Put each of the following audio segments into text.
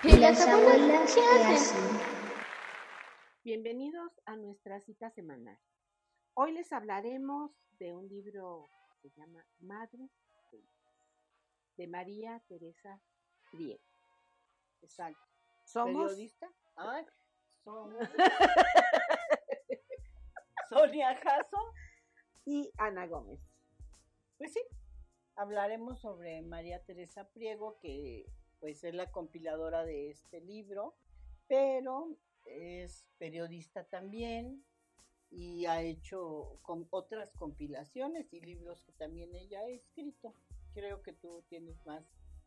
¿Y las abuelas qué hacen? Bienvenidos a nuestra cita semanal. Hoy les hablaremos de un libro que se llama Madres e Hijas, de María Teresa Priego. Exacto. Somos ¿Periodista? Ay, somos Sonia Jasso y Ana Gómez. Pues sí, hablaremos sobre María Teresa Priego, que pues es la compiladora de este libro, pero es periodista también y ha hecho otras compilaciones y libros que también ella ha escrito. Creo que tú tienes más.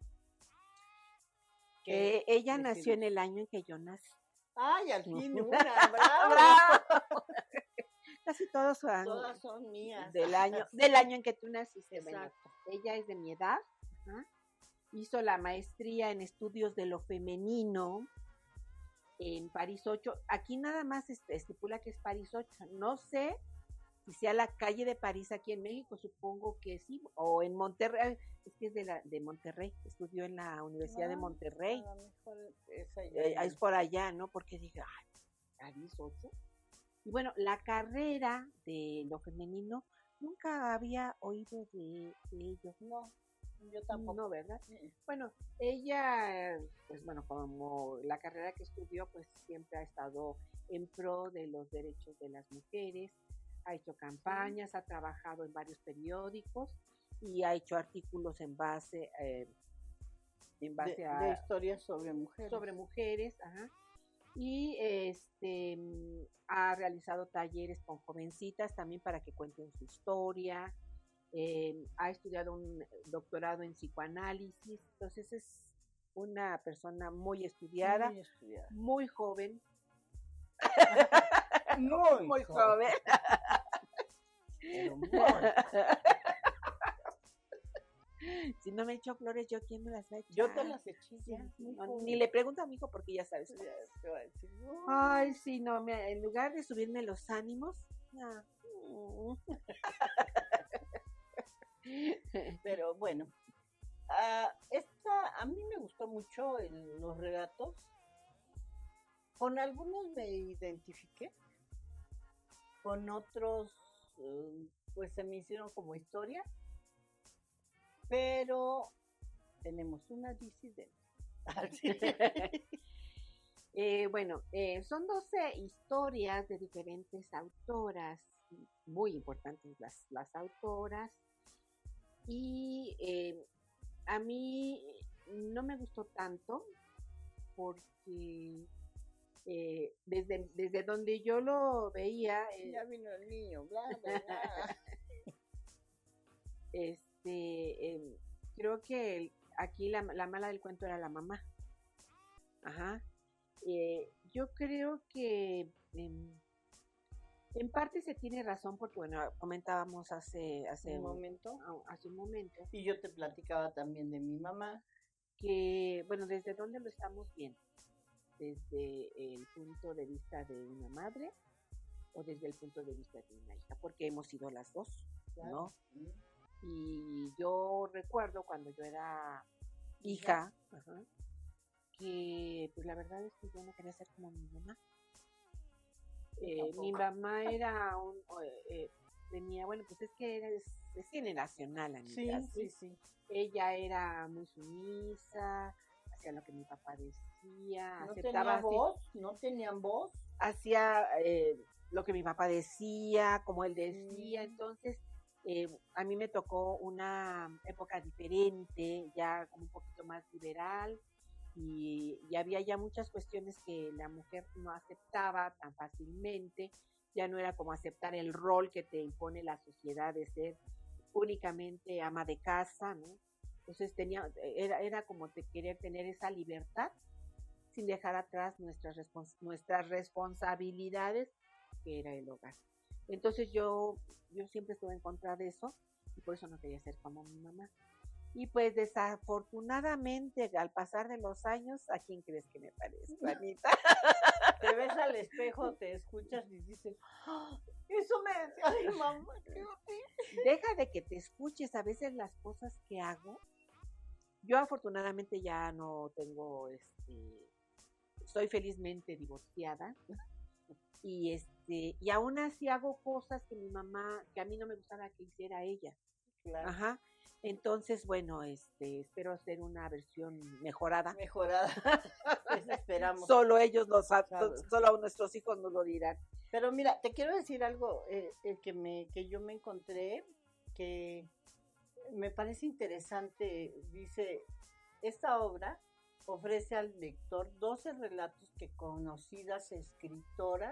Ella nació en el año en que yo nací. ¡Ay, al fin una! ¡Bravo! Casi todas son mías. Del año en que tú naciste. Exacto. Bueno, ella es de mi edad. Ajá. Hizo la maestría en estudios de lo femenino en París 8. Aquí nada más estipula que es París 8. No sé si sea la calle de París aquí en México, supongo que sí, o en Monterrey, es que es de Monterrey, estudió en la Universidad de Monterrey. A lo mejor es por allá, ¿no? Porque dije, ay, París 8. Y bueno, la carrera de lo femenino, nunca había oído de ello. No, yo tampoco. No, ¿verdad? Bueno, ella, pues bueno, como la carrera que estudió, pues siempre ha estado en pro de los derechos de las mujeres, ha hecho campañas, ha trabajado en varios periódicos y ha hecho artículos en base a de historias sobre mujeres. Sobre mujeres, ajá. Y ha realizado talleres con jovencitas también para que cuenten su historia. Ha estudiado un doctorado en psicoanálisis, entonces es una persona muy estudiada, muy joven. Muy joven. Si no me echo flores, ¿yo quién me las va a echar? Yo te las eché. Ni le pregunto a mi hijo porque ya sabes. Ay, sí, no, mira, en lugar de subirme los ánimos, Pero bueno, a mí me gustó mucho los relatos. Con algunos me identifiqué, con otros pues se me hicieron como historia, pero tenemos una disidencia. Bueno, son 12 historias de diferentes autoras, muy importantes las autoras, y a mí no me gustó tanto porque desde donde yo lo veía, ya vino el niño, bla, bla, bla. Creo que aquí la mala del cuento era la mamá. Ajá. Yo creo que en parte se tiene razón porque, bueno, comentábamos hace un momento. Y yo te platicaba también de mi mamá. Que, bueno, ¿desde dónde lo estamos viendo? ¿Desde el punto de vista de una madre o desde el punto de vista de una hija? Porque hemos sido las dos, ¿no? Y yo recuerdo cuando yo era hija, que pues la verdad es que yo no quería ser como mi mamá. Mi mamá era tenía, bueno, pues es que es generacional, Anita. Sí. Ella era muy sumisa, hacía lo que mi papá decía, no tenían voz, hacía lo que mi papá decía, como él decía. Entonces a mí me tocó una época diferente, ya como un poquito más liberal, y había ya muchas cuestiones que la mujer no aceptaba tan fácilmente. Ya no era como aceptar el rol que te impone la sociedad de ser únicamente ama de casa, ¿no? Entonces era como querer tener esa libertad sin dejar atrás nuestras responsabilidades, que era el hogar. Entonces yo siempre estuve en contra de eso y por eso no quería ser como mi mamá. Y pues desafortunadamente al pasar de los años, ¿a quién crees que me parezco, Anita? Te ves al espejo, te escuchas y dices, ¡oh! Eso me decía mi mamá. Deja de que te escuches, a veces las cosas que hago Yo afortunadamente ya no tengo, soy felizmente divorciada y aún así hago cosas que mi mamá, que a mí no me gustaba que hiciera ella. Claro. Ajá. Entonces, bueno, espero hacer una versión mejorada. Mejorada. Eso esperamos. Solo ellos Claro. solo nuestros hijos nos lo dirán. Pero mira, te quiero decir algo que yo me encontré que me parece interesante. Dice, esta obra ofrece al lector 12 relatos de conocidas escritoras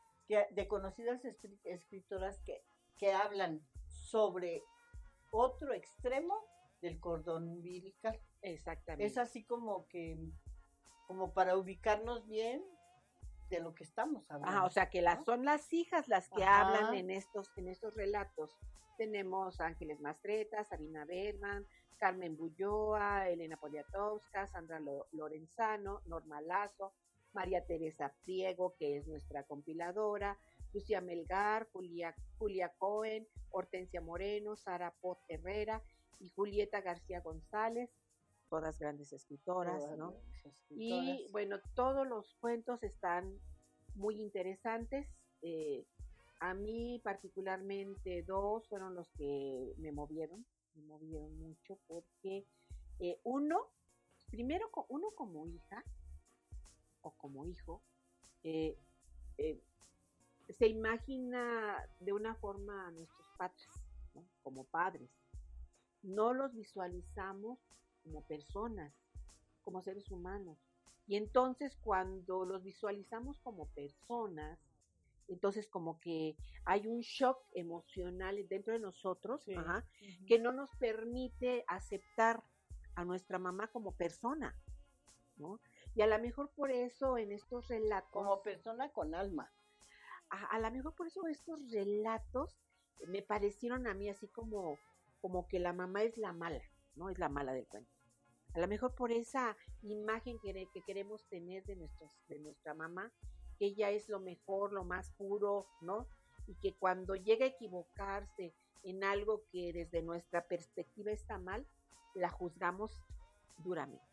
que hablan sobre otro extremo del cordón umbilical. Exactamente. Es así como para ubicarnos bien de lo que estamos hablando. O sea que ¿no? son las hijas las que Ajá. hablan en estos relatos. Tenemos Ángeles Mastreta, Sabina Berman, Carmen Bulloa, Elena Poniatowska, Sandra Lorenzano, Norma Lazo, María Teresa Priego, que es nuestra compiladora, Lucía Melgar, Julia Cohen, Hortensia Moreno, Sara Pot Herrera y Julieta García González, todas grandes escritoras, Todas ¿no? grandes escritoras. Y bueno, todos los cuentos están muy interesantes. A mí particularmente 2 fueron los que me movieron mucho porque uno como hija o como hijo, se imagina de una forma a nuestros padres, ¿no? Como padres. No los visualizamos como personas, como seres humanos. Y entonces cuando los visualizamos como personas, entonces como que hay un shock emocional dentro de nosotros, Sí. Que no nos permite aceptar a nuestra mamá como persona, ¿no? Y a lo mejor por eso en estos relatos... Como persona con alma. A lo mejor por eso estos relatos me parecieron a mí así como que la mamá es la mala, ¿no? Es la mala del cuento. A lo mejor por esa imagen que queremos tener de nuestra mamá, que ella es lo mejor, lo más puro, ¿no? Y que cuando llega a equivocarse en algo que desde nuestra perspectiva está mal, la juzgamos duramente,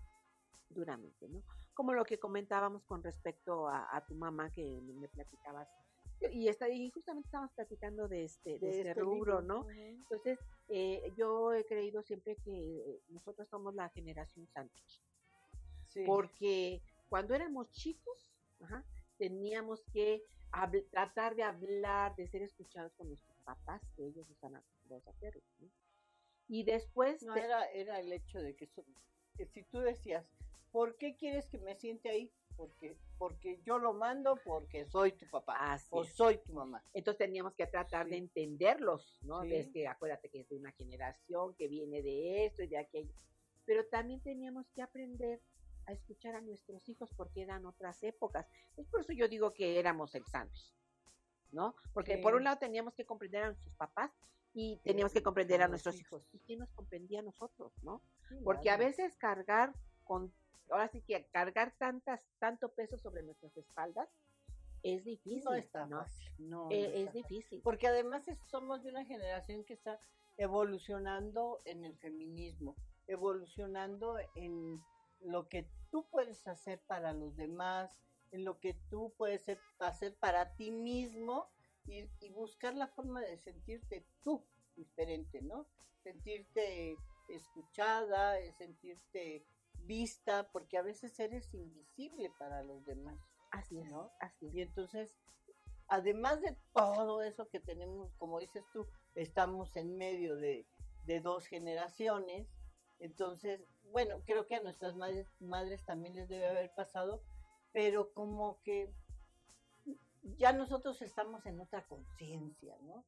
¿no? Como lo que comentábamos con respecto a tu mamá que me platicabas. Y justamente estábamos platicando de este rubro, ¿no? Uh-huh. Entonces, yo he creído siempre que nosotros somos la generación sándwich. Sí. Porque cuando éramos chicos, teníamos que tratar de hablar, de ser escuchados con nuestros papás, que ellos están acostumbrados a hacerlo, ¿no? Y después... No, era el hecho de que si tú decías, ¿por qué quieres que me siente ahí? Porque yo lo mando, porque soy tu papá. Así o es. Soy tu mamá. Entonces teníamos que tratar Sí. de entenderlos, ¿no? Sí. Es que acuérdate que es de una generación que viene de esto y de aquello. Pero también teníamos que aprender a escuchar a nuestros hijos porque eran otras épocas. Es por eso yo digo que éramos el sándwich, ¿no? Porque Sí. por un lado teníamos que comprender a nuestros papás y teníamos que comprender a nuestros hijos. ¿Y quién nos comprendía a nosotros, no? Sí, Porque a nadie. veces ahora sí que cargar tanto peso sobre nuestras espaldas es difícil. No está ¿no? fácil. No, Es difícil. Porque además somos de una generación que está evolucionando en el feminismo, evolucionando en lo que tú puedes hacer para los demás, en lo que tú puedes hacer para ti mismo y buscar la forma de sentirte tú diferente, ¿no? Sentirte escuchada, sentirte vista, porque a veces eres invisible para los demás. Así es, ¿no? así es. Y entonces, además de todo eso que tenemos, como dices tú, estamos en medio de 2 generaciones, entonces, bueno, creo que a nuestras madres también les debe haber pasado, pero como que ya nosotros estamos en otra conciencia, ¿no?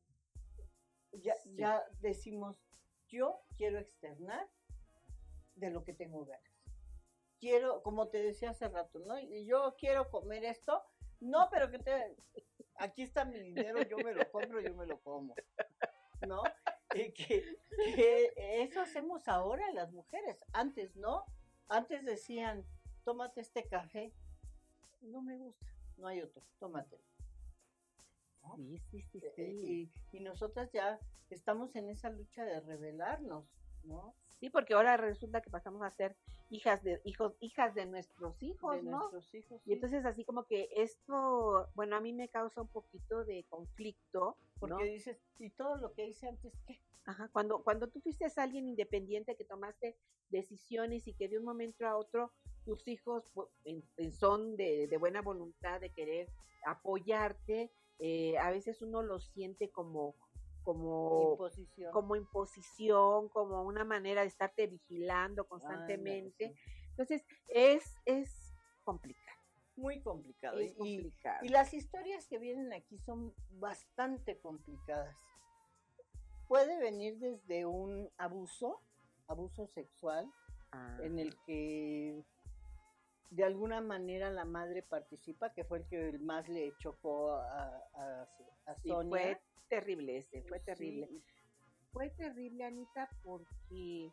Ya decimos, yo quiero externar de lo que tengo ganas. Quiero, como te decía hace rato, ¿no? Y yo quiero comer esto, no, pero aquí está mi dinero, yo me lo compro, yo me lo como, ¿no? Que eso hacemos ahora las mujeres, antes, ¿no? Antes decían, tómate este café, no me gusta, no hay otro, tómatelo. ¿No? Sí. Y nosotras ya estamos en esa lucha de rebelarnos, ¿no? Sí, porque ahora resulta que pasamos a ser hijas de nuestros hijos, De ¿no? nuestros hijos. Y entonces así como que esto, bueno, a mí me causa un poquito de conflicto, porque ¿no? dices, y todo lo que hice antes, ¿qué? Ajá, cuando tú fuiste alguien independiente que tomaste decisiones y que de un momento a otro tus hijos en son de buena voluntad de querer apoyarte, a veces uno lo siente como Imposición. como imposición, como una manera de estarte vigilando constantemente. Ándale, sí. Entonces, es complicado. Muy complicado. Es complicado. Y las historias que vienen aquí son bastante complicadas. Puede venir desde un abuso sexual, en el que de alguna manera la madre participa, que fue el que más le chocó a Sonia. Fue terrible fue terrible. Sí. Fue terrible, Anita, porque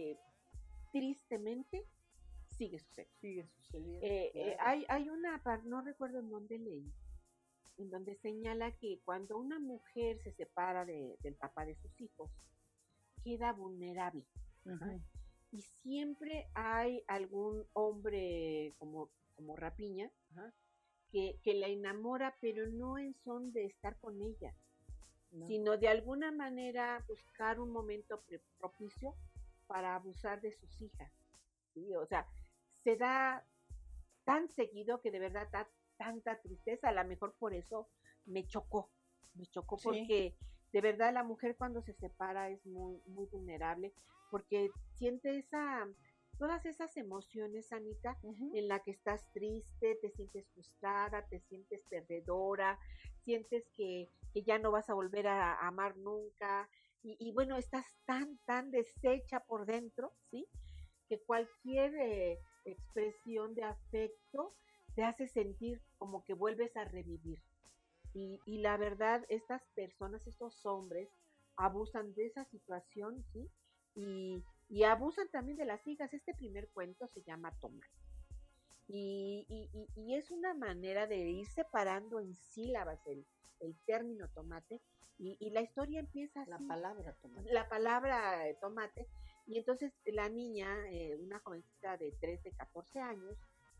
tristemente sigue sucediendo. Claro. Hay una, no recuerdo en dónde leí, en donde señala que cuando una mujer se separa del papá de sus hijos, queda vulnerable. Uh-huh. Y siempre hay algún hombre como rapiña, que la enamora, pero no en son de estar con ella, sino de alguna manera buscar un momento propicio para abusar de sus hijas. ¿Sí? O sea, se da tan seguido que de verdad da tanta tristeza. A lo mejor por eso me chocó porque de verdad la mujer cuando se separa es muy, muy vulnerable, porque siente todas esas emociones, Anita, en la que estás triste, te sientes frustrada, te sientes perdedora, sientes que ya no vas a volver a amar nunca, y bueno, estás tan deshecha por dentro, ¿sí? Que cualquier expresión de afecto te hace sentir como que vuelves a revivir. Y la verdad, estas personas, estos hombres, abusan de esa situación, ¿sí? Y abusan también de las hijas. Este primer cuento se llama Tomate. Y es una manera de ir separando en sílabas el término tomate. Y la historia empieza así. La palabra tomate. La palabra tomate. Y entonces la niña, una jovencita de 13, 14 años,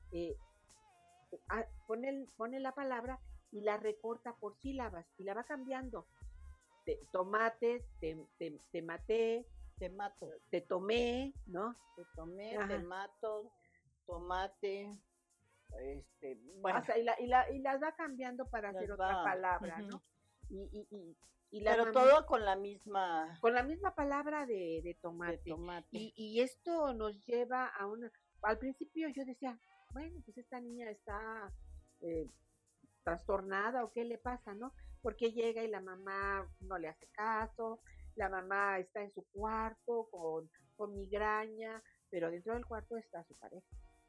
pone la palabra y la recorta por sílabas y la va cambiando. Tomate, te maté, te mato, te tomé, ¿no? Te tomé, te mato, tomate, bueno. O sea, y las va cambiando para hacer otra palabra, ¿no? Pero mamá, todo con la misma palabra de tomate. Y esto nos lleva a al principio yo decía, bueno, pues esta niña está trastornada o qué le pasa, ¿no? Porque llega y la mamá no le hace caso, la mamá está en su cuarto con migraña, pero dentro del cuarto está su pareja.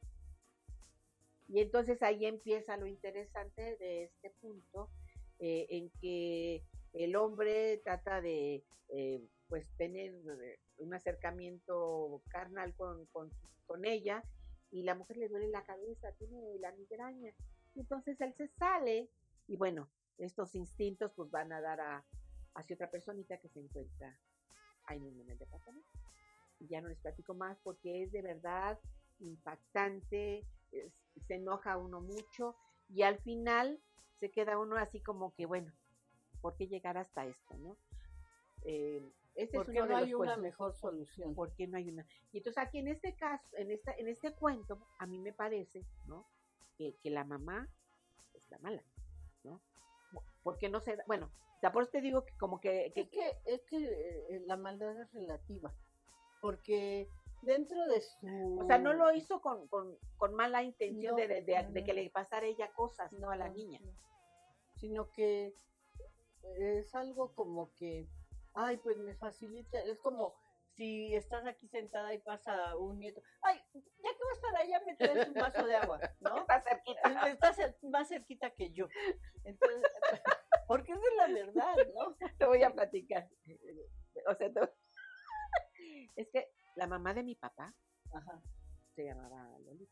Y entonces ahí empieza lo interesante de este punto, en que el hombre trata de pues tener un acercamiento carnal con ella, y la mujer le duele la cabeza, tiene la migraña, y entonces él se sale, y bueno, estos instintos pues van a dar hacia otra personita que se encuentra ahí mismo en el departamento. Y ya no les platico más porque es de verdad impactante, se enoja uno mucho, y al final se queda uno así como que, bueno, ¿por qué llegar hasta esto, no? ¿Por qué no hay una mejor solución? ¿Por qué no hay una? Y entonces aquí en este caso, en este cuento, a mí me parece, ¿no? Que la mamá es la mala, ¿no? Porque no se da, bueno, o sea, por eso te digo que como que... Es que la maldad es relativa, porque dentro de su... O sea, no lo hizo con mala intención de que le pasara a ella cosas, no a la niña. No. Sino que es algo como que, ay, pues me facilita, es como si estás aquí sentada y pasa un nieto, ay, ya que vas para allá me traes un vaso de agua, ¿no? Está cerquita. Estás más cerquita que yo. Entonces, porque es de la verdad, ¿no? Te voy a platicar. O sea, es que la mamá de mi papá se llamaba Lolita.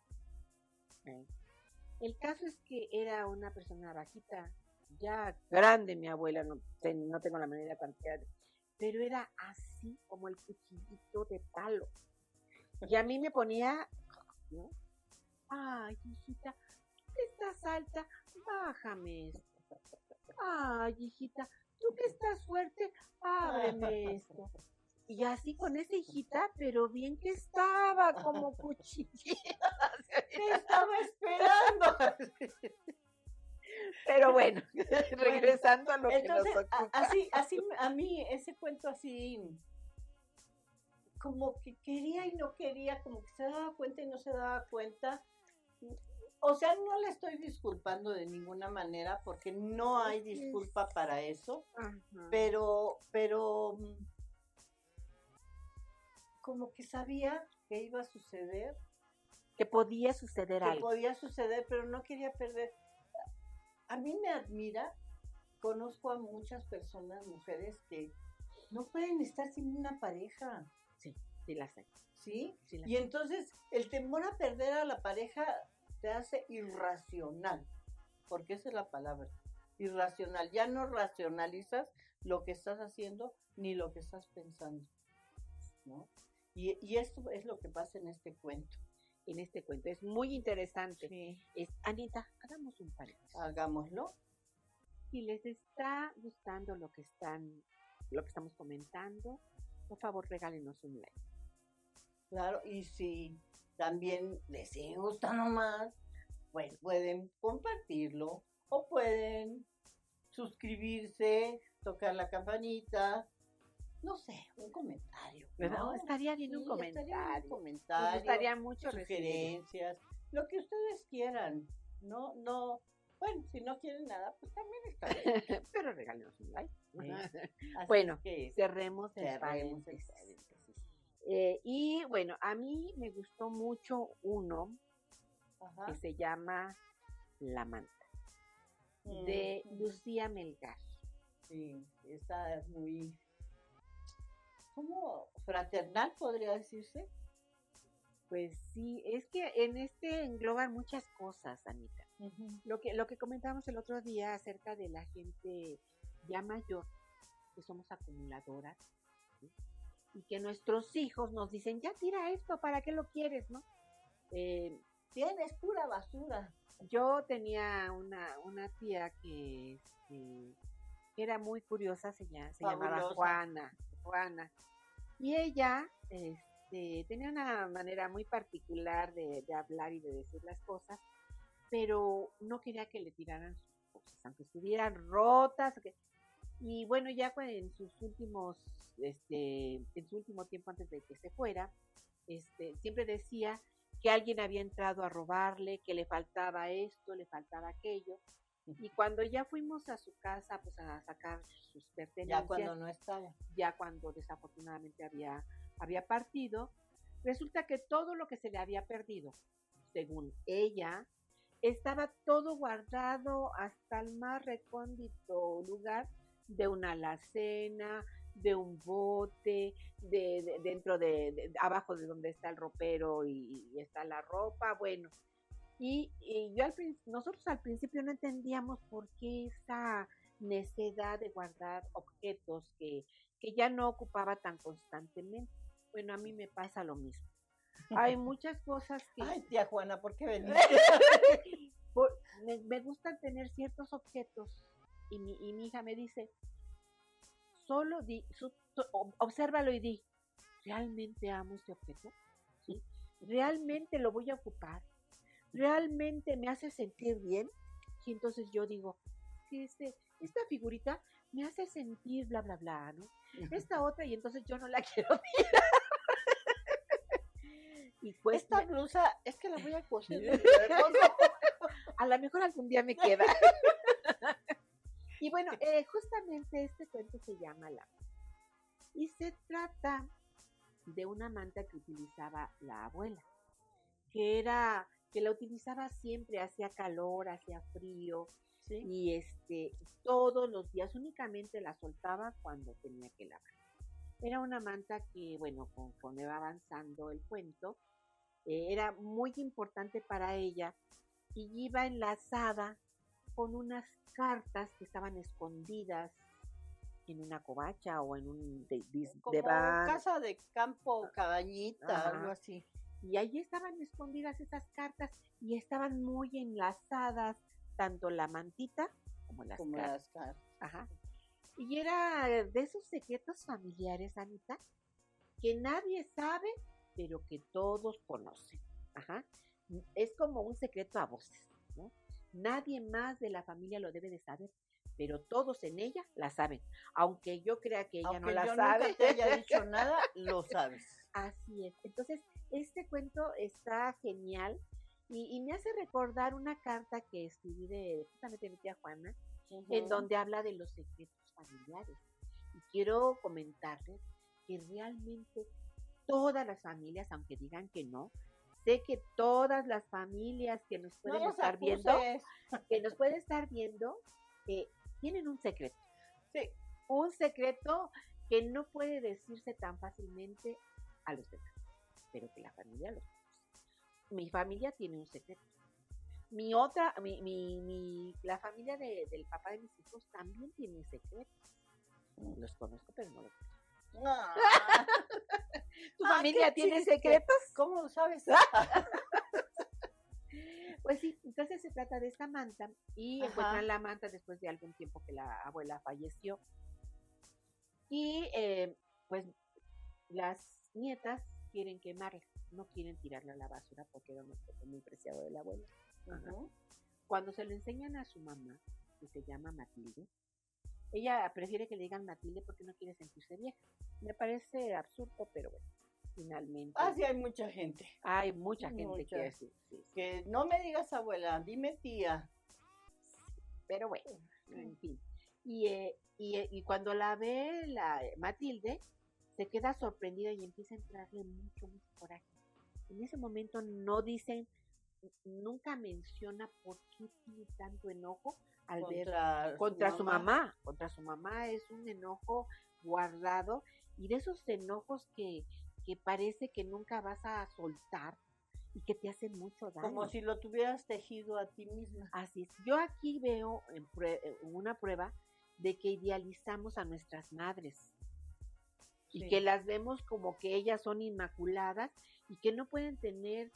El caso es que era una persona bajita, ya grande, mi abuela, no tengo la manera de cuantificar, pero era así como el cuchillito de palo. Y a mí me ponía, ¿no? Ay, hijita, tú que estás alta, bájame esto. Ay, hijita, tú que estás fuerte, ábreme esto. Y así con esa hijita, pero bien que estaba como cuchillita. Te estaba esperando. Pero bueno, regresando a lo que Entonces, nos ocupa. así, a mí ese cuento así, como que quería y no quería, como que se daba cuenta y no se daba cuenta. O sea, no le estoy disculpando de ninguna manera, porque no hay disculpa para eso, Ajá. pero como que sabía que iba a suceder, Que podía suceder que algo. podía suceder, pero no quería perder. A mí me admira, conozco a muchas personas, mujeres, que no pueden estar sin una pareja, Sí, sí la sé. ¿sí? Sí la Y sé. entonces el temor a perder a la pareja te hace irracional, porque esa es la palabra, irracional. Ya no racionalizas lo que estás haciendo ni lo que estás pensando, ¿no? Y esto es lo que pasa en este cuento. En este cuento es muy interesante. Sí. Anita, hagamos un paréntesis. Hagámoslo. Si les está gustando lo que estamos comentando, por favor regálenos un like. Claro, y si también les sigue gustando más, pues pueden compartirlo o pueden suscribirse, tocar la campanita, no sé, un comentario, ¿Verdad? ¿no? Estaría bien un Sí, estaría bien comentario. un comentario, Nos gustaría mucho recibir. sugerencias, lo que ustedes quieran, no, bueno, si no quieren nada, pues también está bien. Pero regálenos un like. Así Bueno, es que cerremos el cerremos el paréntesis. paréntesis. Y bueno, a mí me gustó mucho uno Ajá. que se llama La Manta, de Lucía Melgar. Sí, esa es muy, ¿cómo? Fraternal, podría decirse. Pues sí, es que en este engloban muchas cosas, Anita. Lo que comentábamos el otro día acerca de la gente ya mayor, que somos acumuladoras, ¿sí? Y que nuestros hijos nos dicen, ya tira esto, ¿para qué lo quieres, no? Tienes pura basura. Yo tenía una tía que era muy curiosa, se llamaba Fabulosa. Juana, y ella tenía una manera muy particular de hablar y de decir las cosas, pero no quería que le tiraran sus cosas, aunque estuvieran rotas. Y bueno, ya en sus últimos, en su último tiempo antes de que se fuera, siempre decía que alguien había entrado a robarle, que le faltaba esto, le faltaba aquello. Y cuando ya fuimos a su casa, pues a sacar sus pertenencias, Ya cuando no estaba. ya cuando desafortunadamente había partido, resulta que todo lo que se le había perdido, según ella, estaba todo guardado hasta el más recóndito lugar de una alacena, de un bote, dentro abajo de donde está el ropero y está la ropa, bueno. Y nosotros al principio no entendíamos por qué esa necesidad de guardar objetos que ya no ocupaba tan constantemente. Bueno, a mí me pasa lo mismo. Hay muchas cosas que... Ay, tía Juana, ¿por qué veniste? me gustan tener ciertos objetos y mi hija me dice, solo obsérvalo y di, ¿realmente amo este objeto? ¿Sí? ¿Realmente lo voy a ocupar? ¿Realmente me hace sentir bien? Y entonces yo digo, sí, esta figurita me hace sentir bla, bla, bla, ¿no? Esta otra, y entonces yo no la quiero tirar. Y pues esta blusa, es que la voy a coser. A lo mejor algún día me queda. Y bueno, justamente este cuento se llama La Manta. Y se trata de una manta que utilizaba la abuela, que la utilizaba siempre, hacía calor, hacía frío, ¿sí? Y todos los días, únicamente la soltaba cuando tenía que lavar. Era una manta que, bueno, conforme va avanzando el cuento, era muy importante para ella y iba enlazada con unas cartas que estaban escondidas en una covacha o en un Como desván. casa de campo, cabañita, algo Ajá. así. Y ahí estaban escondidas esas cartas y estaban muy enlazadas, tanto la mantita como las Como cartas. las cartas. Ajá. Y era de esos secretos familiares, Anita, que nadie sabe, pero que todos conocen. Ajá. Es como un secreto a voces, ¿no? Nadie más de la familia lo debe de saber, pero todos en ella la saben. Aunque yo crea que ella Aunque no la yo sabe. nunca te haya dicho nada, lo sabes. Así es. Entonces, este cuento está genial y me hace recordar una carta que escribí justamente de mi tía Juana, en donde habla de los secretos familiares. Y quiero comentarles que realmente todas las familias, aunque digan que no, sé que todas las familias que nos pueden No los estar viendo, acuses. tienen un secreto. Sí. Un secreto que no puede decirse tan fácilmente a los demás, pero que la familia lo conoce. Mi familia tiene un secreto. La familia del papá de mis hijos también tiene secretos. Los conozco, pero no los conozco. No. ¿Tu familia tiene secretos? ¿Cómo lo sabes? Pues sí, entonces se trata de esta manta y Ajá. encuentran la manta después de algún tiempo que la abuela falleció. Y pues las nietas quieren quemarla, no quieren tirarla a la basura porque era un objeto muy preciado de la abuela. Ujú. Cuando se lo enseñan a su mamá, que se llama Matilde, ella prefiere que le digan Matilde porque no quiere sentirse vieja. Me parece absurdo, pero bueno, finalmente. Ah, sí, hay mucha gente. Hay mucha gente Mucha. que así. Sí. Que no me digas abuela, dime tía. Pero bueno, en fin. Y cuando la ve la Matilde, se queda sorprendida y empieza a entrarle mucho coraje. En ese momento no dicen, nunca menciona por qué tiene tanto enojo al ver contra su mamá. Contra su mamá es un enojo guardado y de esos enojos que parece que nunca vas a soltar y que te hacen mucho daño. Como si lo tuvieras tejido a ti misma. Así es. Yo aquí veo una prueba de que idealizamos a nuestras madres y Sí. que las vemos como que ellas son inmaculadas y que no pueden tener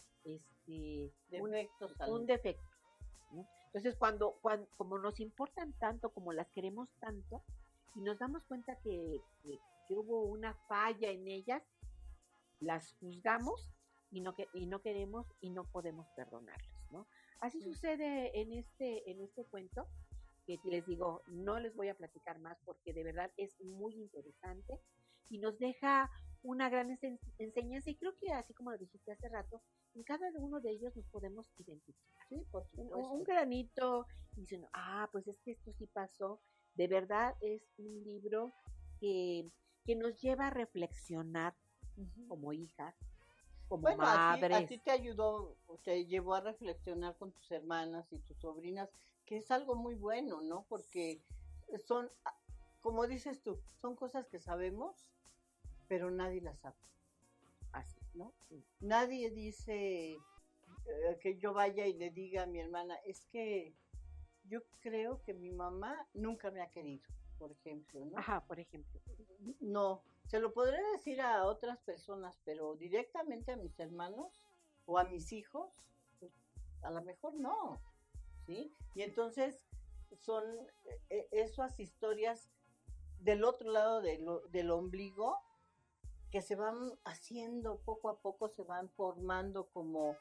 Defectos un defecto, ¿no? Entonces, como nos importan tanto, como las queremos tanto, y nos damos cuenta que hubo una falla en ellas, las juzgamos y no queremos y no podemos perdonarlas, ¿no? Así sucede en este cuento, que les digo, no les voy a platicar más porque de verdad es muy interesante y nos deja una gran enseñanza y creo que así como lo dijiste hace rato, en cada uno de ellos nos podemos identificar. Sí, por supuesto. Un granito, diciendo, pues es que esto sí pasó. De verdad es un libro que nos lleva a reflexionar como hijas, como madres. A ti te ayudó, te llevó a reflexionar con tus hermanas y tus sobrinas, que es algo muy bueno, ¿no? Porque son, como dices tú, son cosas que sabemos, pero nadie las sabe. Así, ¿no? Sí. Nadie dice que yo vaya y le diga a mi hermana, es que yo creo que mi mamá nunca me ha querido, por ejemplo, ¿no? Ajá, por ejemplo. No, se lo podré decir a otras personas, pero directamente a mis hermanos o a mis hijos, pues, a lo mejor no, ¿sí? Y entonces son esas historias del otro lado del ombligo que se van haciendo poco a poco, se van formando como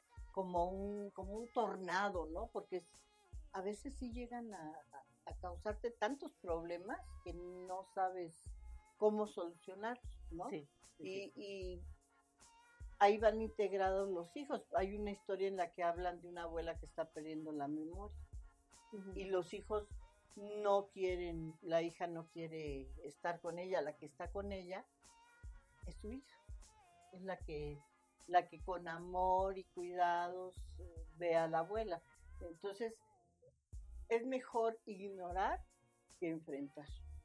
un tornado, ¿no? Porque a veces sí llegan a causarte tantos problemas que no sabes cómo solucionarlos, ¿no? Sí. Y ahí van integrados los hijos. Hay una historia en la que hablan de una abuela que está perdiendo la memoria. Uh-huh. Y los hijos no quieren, la hija no quiere estar con ella, la que está con ella es su hija. Es la que con amor y cuidados ve a la abuela. Entonces, es mejor ignorar que enfrentar.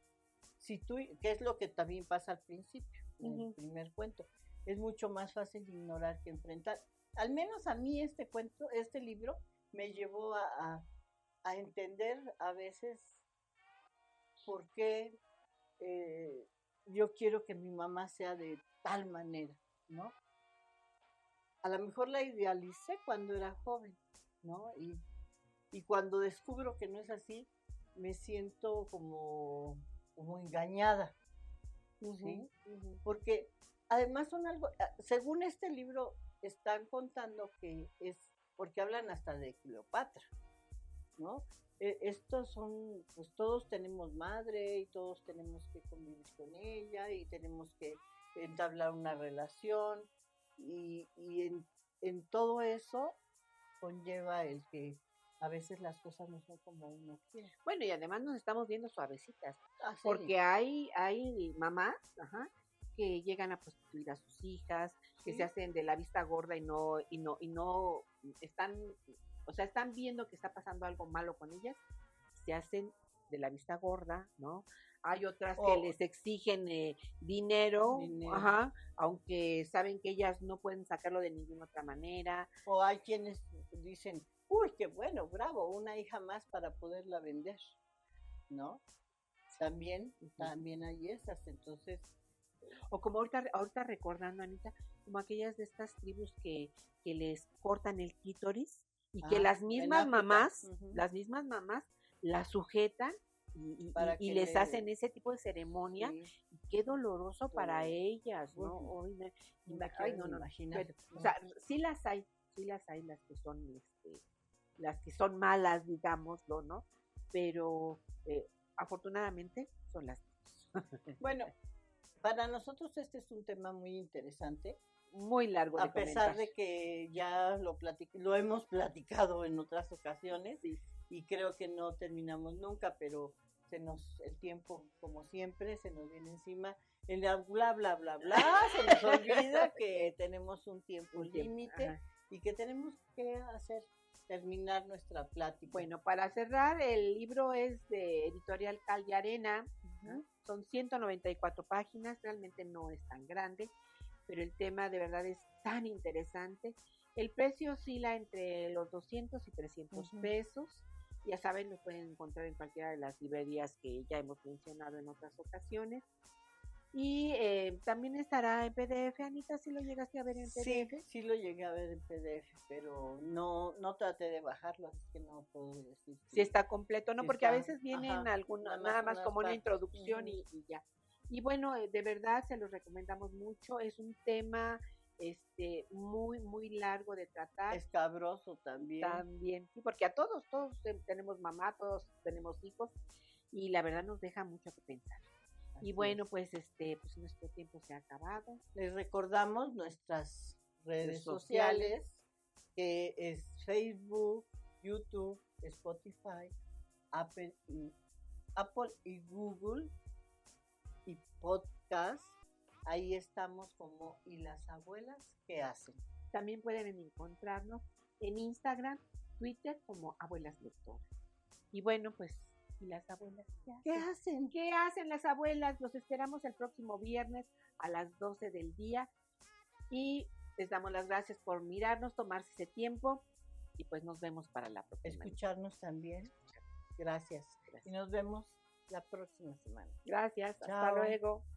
Que es lo que también pasa al principio, en el primer cuento. Es mucho más fácil ignorar que enfrentar. Al menos a mí este libro me llevó a entender a veces por qué yo quiero que mi mamá sea de tal manera, ¿no? A lo mejor la idealicé cuando era joven, ¿no? Y cuando descubro que no es así, me siento como engañada, ¿sí? Porque además son algo, según este libro, están contando que es, porque hablan hasta de Cleopatra, ¿no? Estos son, pues todos tenemos madre y todos tenemos que convivir con ella y tenemos que entablar una relación y en todo eso conlleva el que a veces las cosas no son como uno quiere. Bueno, y además nos estamos viendo suavecitas, Ah, sí. porque hay mamás, que llegan a prostituir a sus hijas, que Sí. se hacen de la vista gorda y no están, o sea, están viendo que está pasando algo malo con ellas, se hacen de la vista gorda, ¿no? Hay otras que les exigen dinero, aunque saben que ellas no pueden sacarlo de ninguna otra manera. O hay quienes dicen, uy, qué bueno, bravo, una hija más para poderla vender, ¿no? También hay esas, entonces. O como ahorita recordando, Anita, como aquellas de estas tribus que les cortan el clítoris y que las mismas mamás, las sujetan y les hacen ese tipo de ceremonia. Sí. Y qué doloroso para ellas, ¿no? Ay, no, imagínate. O sea, sí las hay las que son malas, digámoslo, ¿no? Pero afortunadamente son las bueno, para nosotros este es un tema muy interesante, muy largo de pesar comentar. De que ya lo hemos platicado en otras ocasiones, sí. Y creo que no terminamos nunca, pero el tiempo, como siempre, se nos viene encima. El bla, bla, bla, bla, se nos olvida que tenemos un tiempo límite y que tenemos que terminar nuestra plática. Bueno, para cerrar, el libro es de Editorial Cal y Arena, son 194 páginas, realmente no es tan grande, pero el tema de verdad es tan interesante. El precio oscila entre los 200 y 300 pesos. Ya saben, lo pueden encontrar en cualquiera de las librerías que ya hemos mencionado en otras ocasiones. Y también estará en PDF, Anita, ¿sí lo llegaste a ver en PDF? Sí lo llegué a ver en PDF, pero no traté de bajarlo, así que no puedo decir. Si está completo, ¿no? Porque a veces vienen nada más como una introducción y ya. Y bueno, de verdad se los recomendamos mucho, es un tema muy, muy largo de tratar. Escabroso también. También, sí, porque a todos tenemos mamá, todos tenemos hijos, y la verdad nos deja mucho que pensar. Así y bueno, pues pues nuestro tiempo se ha acabado. Les recordamos nuestras redes sociales, que es Facebook, YouTube, Spotify, Apple y Google, y podcast. Ahí estamos como ¿y las abuelas qué hacen? También pueden encontrarnos en Instagram, Twitter como Abuelas Lectoras. Y bueno, pues, ¿y las abuelas qué hacen? ¿Qué hacen las abuelas? Los esperamos el próximo viernes a las 12 del día. Y les damos las gracias por mirarnos, tomarse ese tiempo. Y pues nos vemos para la próxima. Escucharnos también. Gracias. Y nos vemos la próxima semana. Gracias. Chao. Hasta luego.